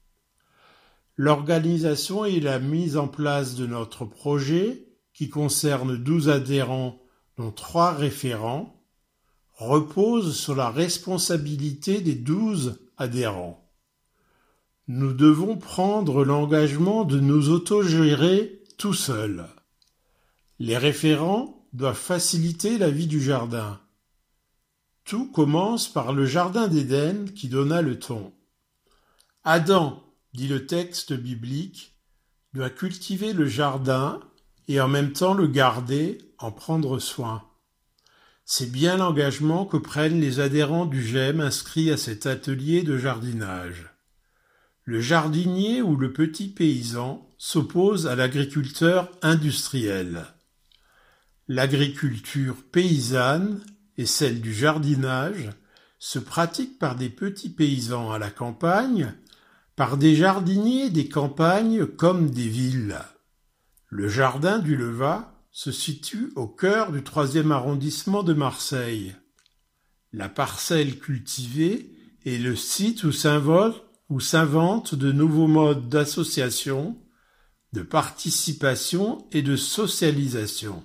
L'organisation et la mise en place de notre projet, qui concerne 12 adhérents dont 3 référents, repose sur la responsabilité des 12 adhérents. Nous devons prendre l'engagement de nous autogérer tout seuls. Les référents doivent faciliter la vie du jardin. Tout commence par le jardin d'Éden qui donna le ton. Adam, dit le texte biblique, doit cultiver le jardin et en même temps le garder, en prendre soin. C'est bien l'engagement que prennent les adhérents du GEM inscrits à cet atelier de jardinage. Le jardinier ou le petit paysan s'oppose à l'agriculteur industriel. L'agriculture paysanne et celle du jardinage se pratiquent par des petits paysans à la campagne, par des jardiniers des campagnes comme des villes. Le jardin du Leva se situe au cœur du 3e arrondissement de Marseille. La parcelle cultivée est le site où s'inventent de nouveaux modes d'association, de participation et de socialisation.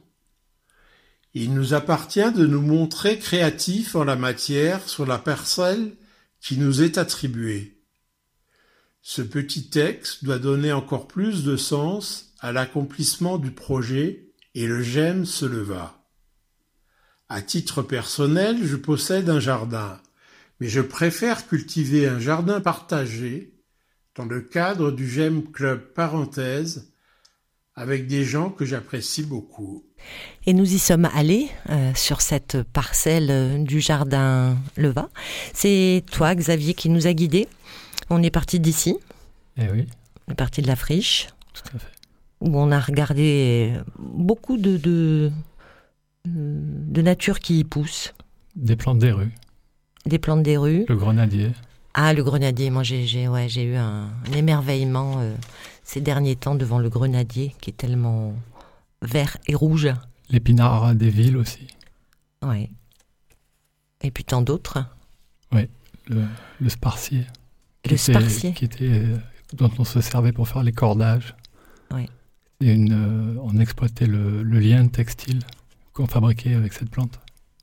Il nous appartient de nous montrer créatifs en la matière sur la parcelle qui nous est attribuée. Ce petit texte doit donner encore plus de sens à l'accomplissement du projet et le GEM se leva. À titre personnel, je possède un jardin, mais je préfère cultiver un jardin partagé dans le cadre du GEM Club Parenthèse avec des gens que j'apprécie beaucoup. Et nous y sommes allés sur cette parcelle du jardin Leva. C'est toi, Xavier, qui nous a guidés. On est parti d'ici. Eh oui. On est parti de la friche. Tout à fait. Où on a regardé beaucoup de nature qui y pousse. Des plantes des rues. Des plantes des rues. Le grenadier. Ah, le grenadier. Moi, j'ai eu un émerveillement ces derniers temps devant le grenadier qui est tellement vert et rouge. L'épinard des villes aussi. Oui. Et puis tant d'autres. Oui, le sparcier. Sparcier. Dont on se servait pour faire les cordages. Oui. Et on exploitait le lien textile qu'on fabriquait avec cette plante.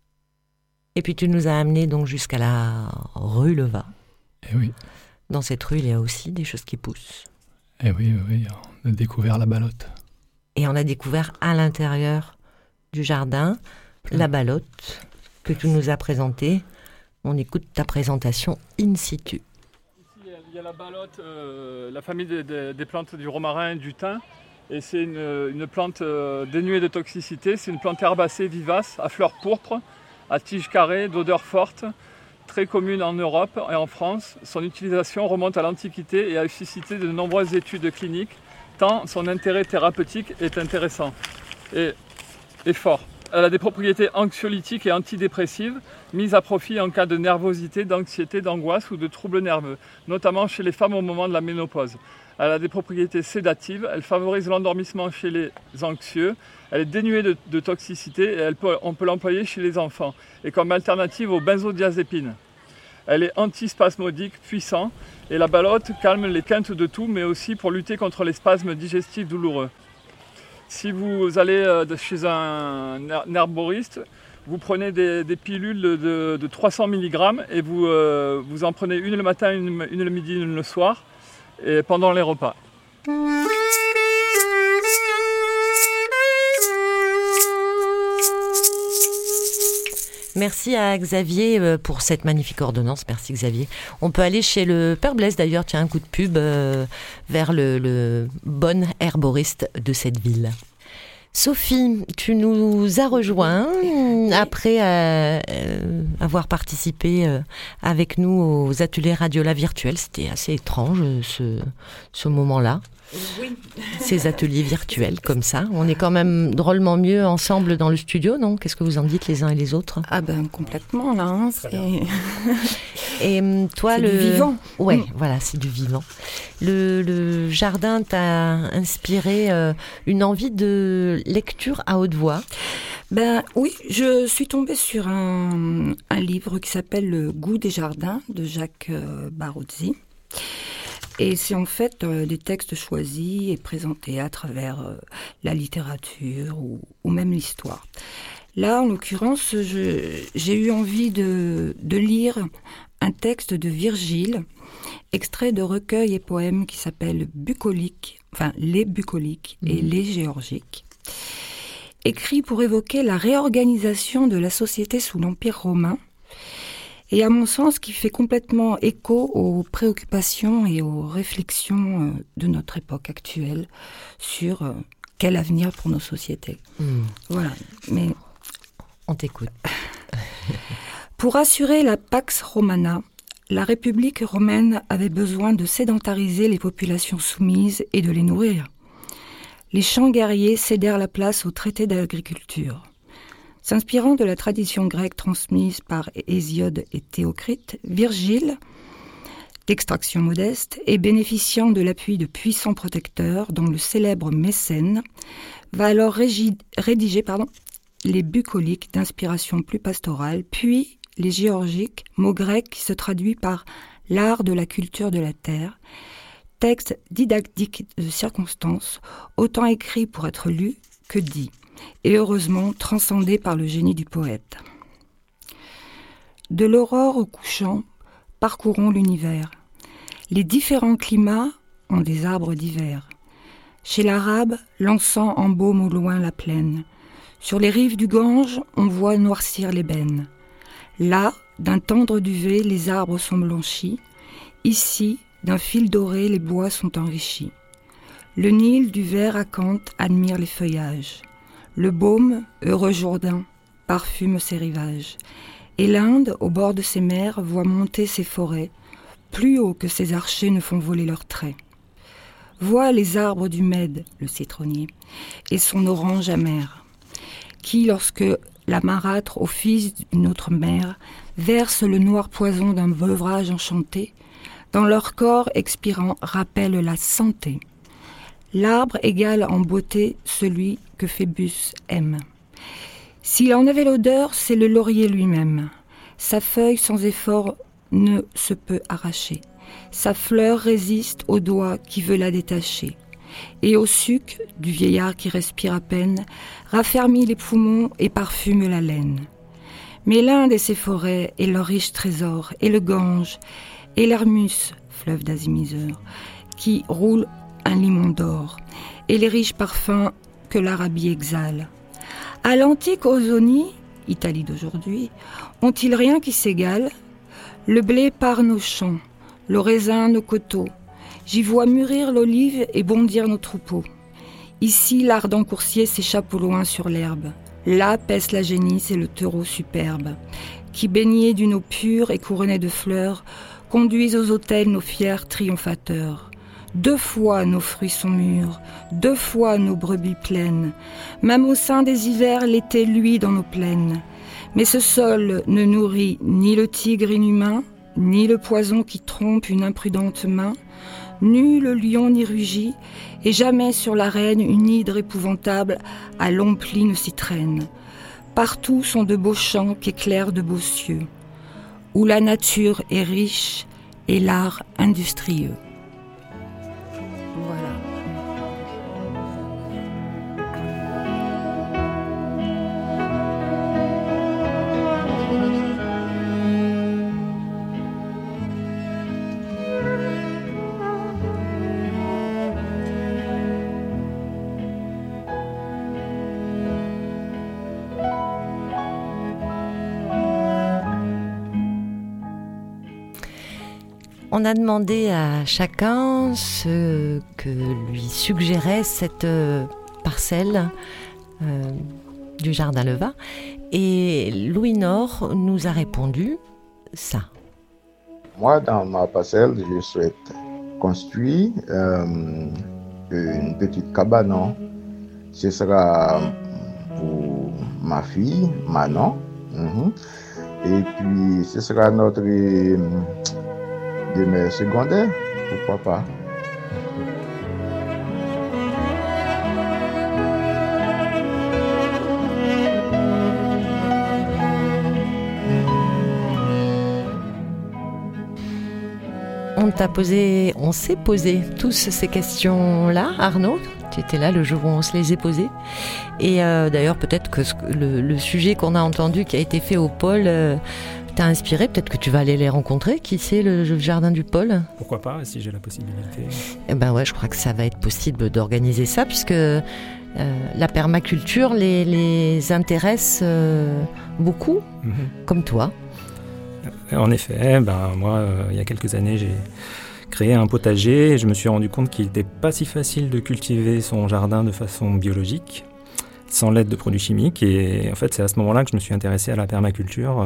Et puis tu nous as amenés donc jusqu'à la rue Leva. Et oui. Dans cette rue, il y a aussi des choses qui poussent. Et oui, on a découvert la ballotte. Et on a découvert à l'intérieur du jardin la ballotte que tu nous as présentée. On écoute ta présentation in situ. Ici, il y a la ballotte, la famille des plantes du romarin et du thym. Et c'est une plante dénuée de toxicité. C'est une plante herbacée vivace, à fleurs pourpres, à tiges carrées, d'odeur forte, très commune en Europe et en France. Son utilisation remonte à l'Antiquité et a suscité de nombreuses études cliniques, tant son intérêt thérapeutique est intéressant et fort. Elle a des propriétés anxiolytiques et antidépressives, mises à profit en cas de nervosité, d'anxiété, d'angoisse ou de troubles nerveux, notamment chez les femmes au moment de la ménopause. Elle a des propriétés sédatives, elle favorise l'endormissement chez les anxieux, elle est dénuée de toxicité et on peut l'employer chez les enfants et comme alternative aux benzodiazépines. Elle est antispasmodique puissant et la ballotte calme les quintes de toux mais aussi pour lutter contre les spasmes digestifs douloureux. Si vous allez chez un herboriste, vous prenez des pilules de 300 mg et vous en prenez une le matin, une le midi, une le soir et pendant les repas. Merci à Xavier pour cette magnifique ordonnance. Merci Xavier. On peut aller chez le Père Blaise d'ailleurs, tiens, un coup de pub vers le bon herboriste de cette ville. Sophie, tu nous as rejoint après avoir participé avec nous aux ateliers Radiola virtuels. C'était assez étrange ce moment-là. Oui. Ces ateliers virtuels comme ça. On est quand même drôlement mieux ensemble dans le studio, non ? Qu'est-ce que vous en dites les uns et les autres ? Ah ben complètement là. Hein, Et toi, c'est du vivant. Ouais, voilà, c'est du vivant. Le jardin t'a inspiré une envie de lecture à haute voix ? Ben oui, je suis tombée sur un livre qui s'appelle Le goût des jardins de Jacques Barozzi. Et c'est en fait des textes choisis et présentés à travers la littérature ou même l'histoire. Là, en l'occurrence, j'ai eu envie de lire un texte de Virgile, extrait de recueils et poèmes qui s'appelle Bucolique, enfin les Bucoliques et les Géorgiques, écrit pour évoquer la réorganisation de la société sous l'Empire romain, et à mon sens qui fait complètement écho aux préoccupations et aux réflexions de notre époque actuelle sur quel avenir pour nos sociétés. Voilà, mais... On t'écoute. Pour assurer la Pax Romana, la République romaine avait besoin de sédentariser les populations soumises et de les nourrir. Les champs guerriers cédèrent la place au traité d'agriculture. S'inspirant de la tradition grecque transmise par Hésiode et Théocrite, Virgile, d'extraction modeste et bénéficiant de l'appui de puissants protecteurs, dont le célèbre Mécène, va alors rédiger les Bucoliques d'inspiration plus pastorale, puis les Géorgiques, mot grec qui se traduit par l'art de la culture de la terre, texte didactique de circonstance, autant écrit pour être lu que dit, et heureusement transcendé par le génie du poète. De l'aurore au couchant, parcourons l'univers. Les différents climats ont des arbres divers. Chez l'Arabe, l'encens embaume au loin la plaine. Sur les rives du Gange, on voit noircir l'ébène. Là, d'un tendre duvet, les arbres sont blanchis. Ici, d'un fil doré, les bois sont enrichis. Le Nil du vert acanthe admire les feuillages. Le baume, heureux Jourdain, parfume ses rivages. Et l'Inde, au bord de ses mers, voit monter ses forêts, plus haut que ses archers ne font voler leurs traits. Vois les arbres du Mède, le citronnier, et son orange amer, qui, lorsque la marâtre, au fils d'une autre mère, verse le noir poison d'un veuvage enchanté, dans leur corps expirant rappelle la santé. L'arbre égale en beauté celui que Phébus aime. S'il en avait l'odeur, c'est le laurier lui-même. Sa feuille sans effort ne se peut arracher. Sa fleur résiste au doigt qui veut la détacher. Et au suc du vieillard qui respire à peine, raffermit les poumons et parfume la laine. Mais l'Inde et ses forêts, et leurs riches trésors, et le Gange, et l'Hermus, fleuve d'azimiseur, qui roule un limon d'or, et les riches parfums que l'Arabie exhale. À l'antique Ausonie, Italie d'aujourd'hui, ont-ils rien qui s'égale ? Le blé part nos champs, le raisin nos coteaux. J'y vois mûrir l'olive et bondir nos troupeaux. Ici, l'ardent coursier s'échappe au loin sur l'herbe. Là pèse la génisse et le taureau superbe, qui, baignés d'une eau pure et couronnés de fleurs, conduisent aux autels nos fiers triomphateurs. 2 fois nos fruits sont mûrs, 2 fois nos brebis pleines. Même au sein des hivers, l'été luit dans nos plaines. Mais ce sol ne nourrit ni le tigre inhumain, ni le poison qui trompe une imprudente main. Nul lion n'y rugit, et jamais sur l'arène une hydre épouvantable à longs plis ne s'y traîne. Partout sont de beaux champs qu'éclairent de beaux cieux, où la nature est riche et l'art industrieux. Voilà. On a demandé à chacun ce que lui suggérait cette parcelle du Jardin Levat. Et Louis Nord nous a répondu ça. Moi, dans ma parcelle, je souhaite construire une petite cabane. Ce sera pour ma fille, Manon. Et puis, ce sera notre demeure secondaire, pourquoi pas. On s'est posé tous ces questions-là, Arnaud. Tu étais là le jour où on se les a posées. Et d'ailleurs, peut-être que le sujet qu'on a entendu, qui a été fait au pôle, t'a inspiré. Peut-être que tu vas aller les rencontrer. Qui c'est, le jardin du pôle ? Pourquoi pas, si j'ai la possibilité. Eh ben ouais, je crois que ça va être possible d'organiser ça, puisque la permaculture les intéresse beaucoup, comme toi. En effet, moi, il y a quelques années, j'ai créé un potager et je me suis rendu compte qu'il n'était pas si facile de cultiver son jardin de façon biologique, sans l'aide de produits chimiques. Et en fait, c'est à ce moment-là que je me suis intéressé à la permaculture.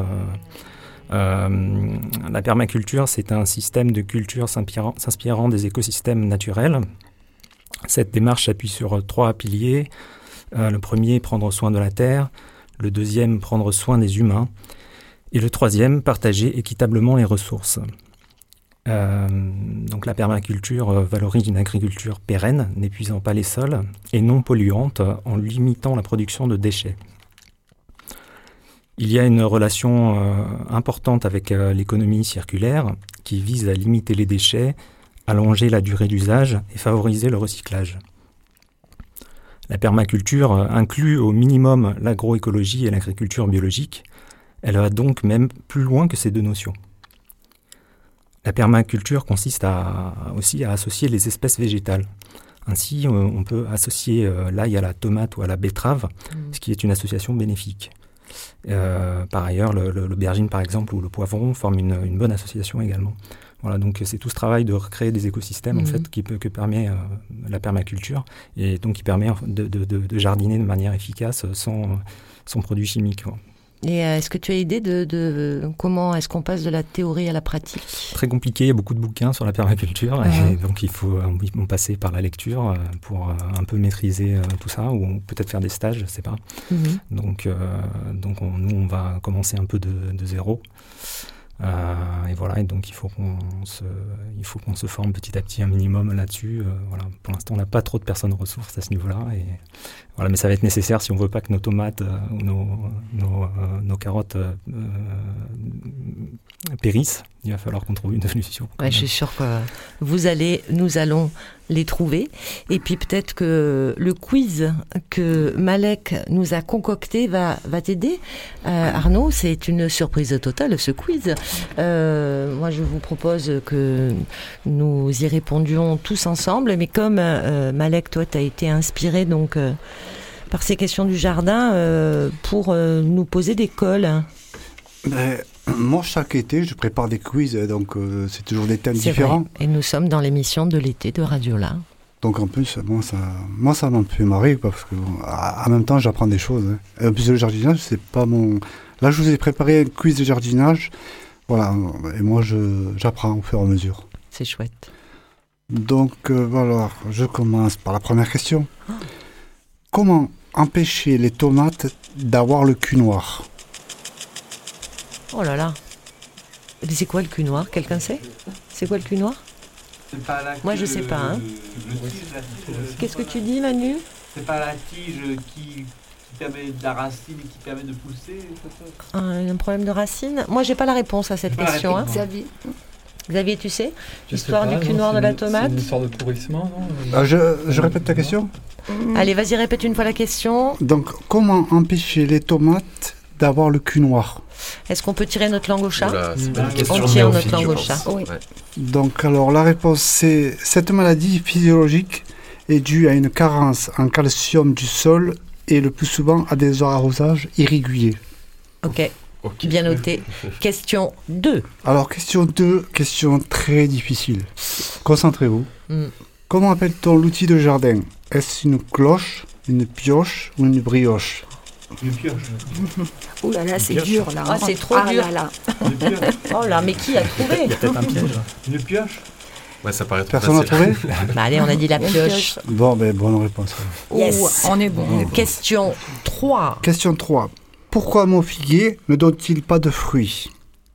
La permaculture, c'est un système de culture s'inspirant des écosystèmes naturels. Cette démarche s'appuie sur 3 piliers. Le premier, prendre soin de la terre. Le deuxième, prendre soin des humains. Et le troisième, partager équitablement les ressources. Donc la permaculture valorise une agriculture pérenne, n'épuisant pas les sols, et non polluante, en limitant la production de déchets. Il y a une relation importante avec l'économie circulaire, qui vise à limiter les déchets, allonger la durée d'usage et favoriser le recyclage. La permaculture inclut au minimum l'agroécologie et l'agriculture biologique. Elle va donc même plus loin que ces 2 notions. La permaculture consiste aussi à associer les espèces végétales. Ainsi, on peut associer l'ail à la tomate ou à la betterave, ce qui est une association bénéfique. Par ailleurs, l'aubergine, par exemple, ou le poivron forment une bonne association également. Voilà, donc c'est tout ce travail de recréer des écosystèmes en fait, que permet la permaculture, et donc qui permet de jardiner de manière efficace sans produits chimiques. Et est-ce que tu as idée de comment est-ce qu'on passe de la théorie à la pratique ? Très compliqué, il y a beaucoup de bouquins sur la permaculture, et donc il faut passer par la lecture pour un peu maîtriser tout ça, ou peut-être faire des stages, je ne sais pas. Donc nous, on va commencer un peu de zéro. Et voilà, et donc il faut qu'on se forme petit à petit un minimum là-dessus. Voilà. Pour l'instant, on n'a pas trop de personnes ressources à ce niveau-là, et voilà, mais ça va être nécessaire si on ne veut pas que nos tomates ou nos carottes périssent. Il va falloir qu'on trouve une solution. Ouais, je suis sûre que nous allons les trouver. Et puis peut-être que le quiz que Malek nous a concocté va t'aider. Arnaud, c'est une surprise totale, ce quiz. Moi, je vous propose que nous y répondions tous ensemble. Mais comme Malek, toi, tu as été inspiré donc, par ces questions du jardin pour nous poser des cols. Moi, chaque été, je prépare des quiz, donc c'est toujours des thèmes différents. Vrai. Et nous sommes dans l'émission de l'été de Radiola. Donc en plus, moi ça m'a fait marrer, parce que en même temps, j'apprends des choses. En plus, le jardinage, c'est pas mon... Là, je vous ai préparé un quiz de jardinage, voilà, et moi, j'apprends au fur et à mesure. C'est chouette. Donc voilà, je commence par la première question. Comment empêcher les tomates d'avoir le cul noir ? Oh là là. C'est quoi le cul noir ? Quelqu'un sait ? C'est quoi le cul noir ? Moi, je sais pas. Hein. Qu'est-ce que tu dis, Manu ? C'est pas la tige qui permet de la racine et qui permet de pousser. Un problème de racine ? Moi, j'ai pas la réponse à cette question. Hein. Xavier, tu sais ? L'histoire du cul noir de la tomate ? C'est une histoire de pourrissement, non ? Je répète ta question ? Allez, vas-y, répète une fois la question. Donc, comment empêcher les tomates d'avoir le cul noir ? Est-ce qu'on peut tirer notre langue au chat ? On tire notre langue au chat. Oui. Ouais. Donc, alors, la réponse, c'est cette maladie physiologique est due à une carence en calcium du sol et le plus souvent à des arrosages irréguliers. Ok. Okay. Bien noté. Question 2. Alors, question 2, question très difficile. Concentrez-vous. Comment appelle-t-on l'outil de jardin? Est-ce une cloche, une pioche ou une brioche? Une pioche. Oh là là, c'est dur là. Ah, c'est trop dur. Là là. Oh là, mais qui a trouvé? Il y a peut-être un piège. Une pioche? Ouais, ça paraît trop Personne n'a trouvé? Bah allez, on a dit la pioche. Bon, ben bonne réponse. Yes. On est bon. Question 3. Question 3. Pourquoi mon figuier ne donne-t-il pas de fruits?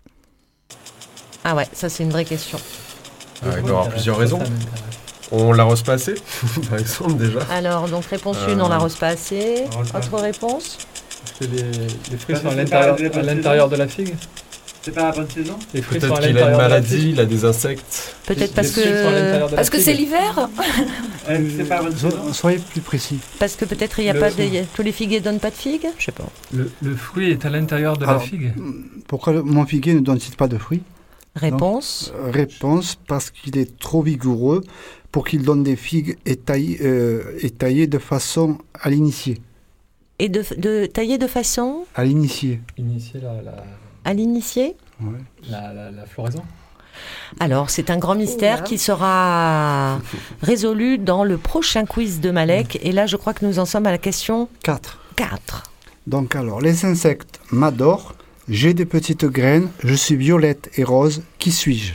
Ah ouais, ça c'est une vraie question. Il doit y avoir plusieurs raisons. On l'arrose pas assez, par exemple, déjà. Alors, donc réponse 1, on l'arrose pas assez. Autre réponse? Parce que les fruits sont à l'intérieur de la figue. C'est pas la bonne saison? Les fruits sont à Peut-être qu'il a une maladie, il a des insectes. Peut-être parce que c'est l'hiver. C'est pas la bonne saison. Soyez plus précis. Parce que peut-être il n'y a pas tous les figuiers donnent pas de figues. Je sais pas. Le fruit est à l'intérieur de la figue. Pourquoi mon figuier ne donne-t-il pas de fruits? Réponse. Donc, réponse parce qu'il est trop vigoureux pour qu'il donne des figues taillées de façon à l'initié. Et de tailler de façon à l'initié. Initier à l'initié. Ouais. La floraison. Alors, c'est un grand mystère qui sera résolu dans le prochain quiz de Malek. Et là, je crois que nous en sommes à la question 4. 4. Donc alors, les insectes m'adorent, j'ai des petites graines, je suis violette et rose, qui suis-je?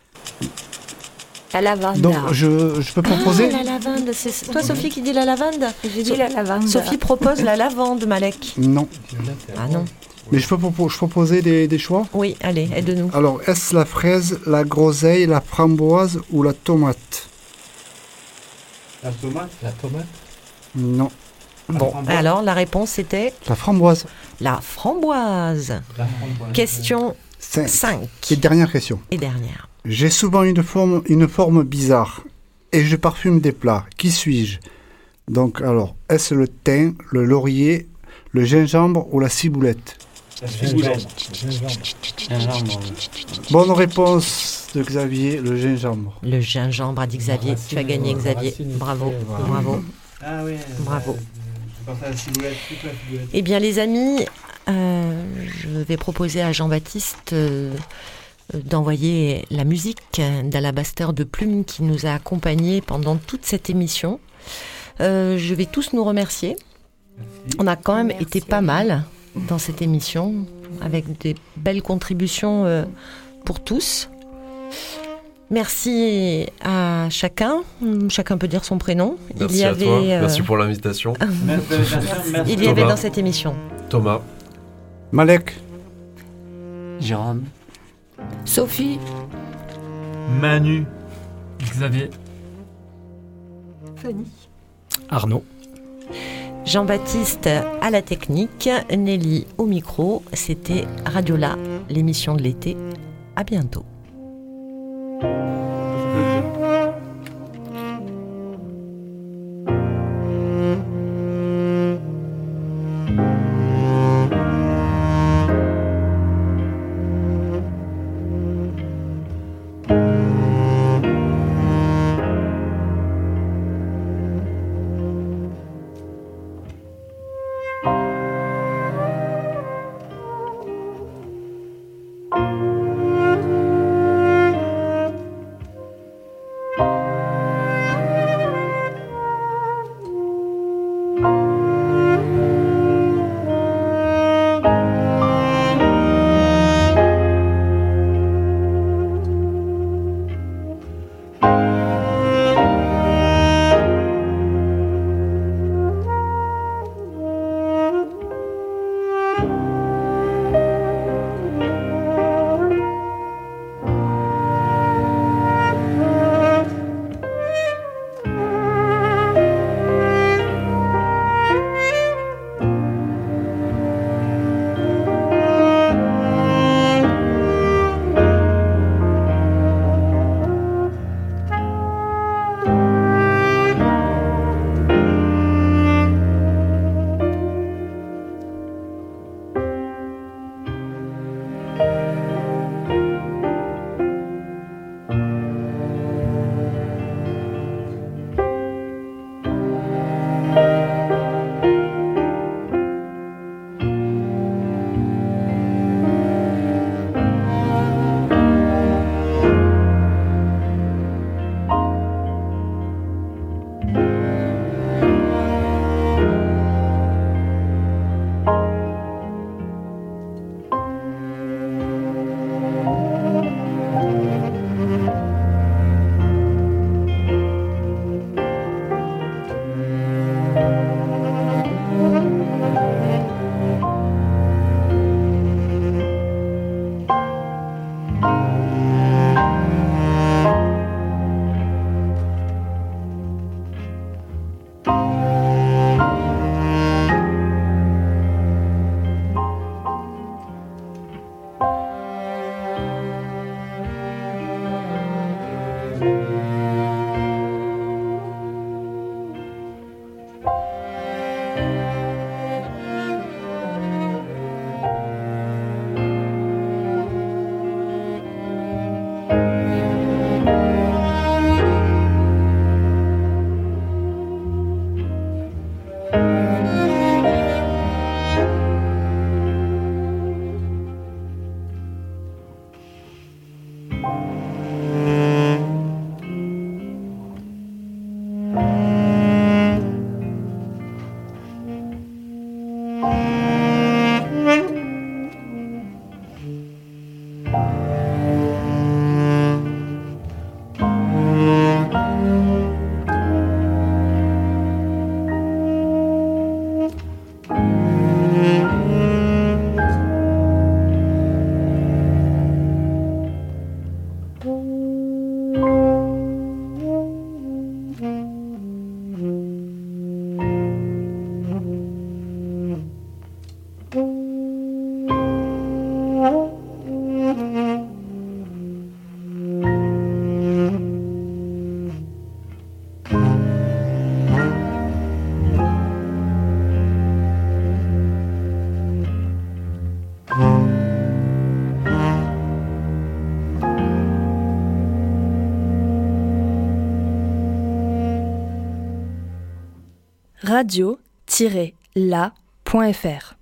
La lavande. Donc, je peux proposer? La lavande, c'est toi Sophie qui dit la lavande? J'ai dit la lavande. Sophie propose la lavande, Malek. Non. Ah non. Mais je peux proposer des choix? Oui, allez, aide-nous. Alors, est-ce la fraise, la groseille, la framboise ou la tomate? La tomate? La tomate? Non. Bon, alors la réponse c'était? La framboise. La framboise. Question 5. Et dernière question. Et dernière. J'ai souvent une forme bizarre et je parfume des plats. Qui suis-je? Donc, alors, est-ce le thym, le laurier, le gingembre ou la ciboulette? La ciboulette. Gingembre. Bonne réponse de Xavier, le gingembre. Le gingembre, a dit Xavier. Tu as gagné, Xavier. Bravo, bravo. Ah oui. Bravo. Je pensais à la ciboulette, toute la ciboulette. Eh bien, les amis, je vais proposer à Jean-Baptiste d'envoyer la musique d'Alabaster de Plume qui nous a accompagnés pendant toute cette émission. Je vais tous nous remercier. On a quand même été pas mal dans cette émission, avec des belles contributions pour tous. Merci à chacun. Chacun peut dire son prénom. Merci à toi. Merci pour l'invitation. Il y avait dans cette émission Thomas, Malek, Jérôme, Sophie, Manu, Xavier, Fanny, Arnaud, Jean-Baptiste à la technique, Nelly au micro. C'était Radiola, l'émission de l'été. À bientôt. radio-la.fr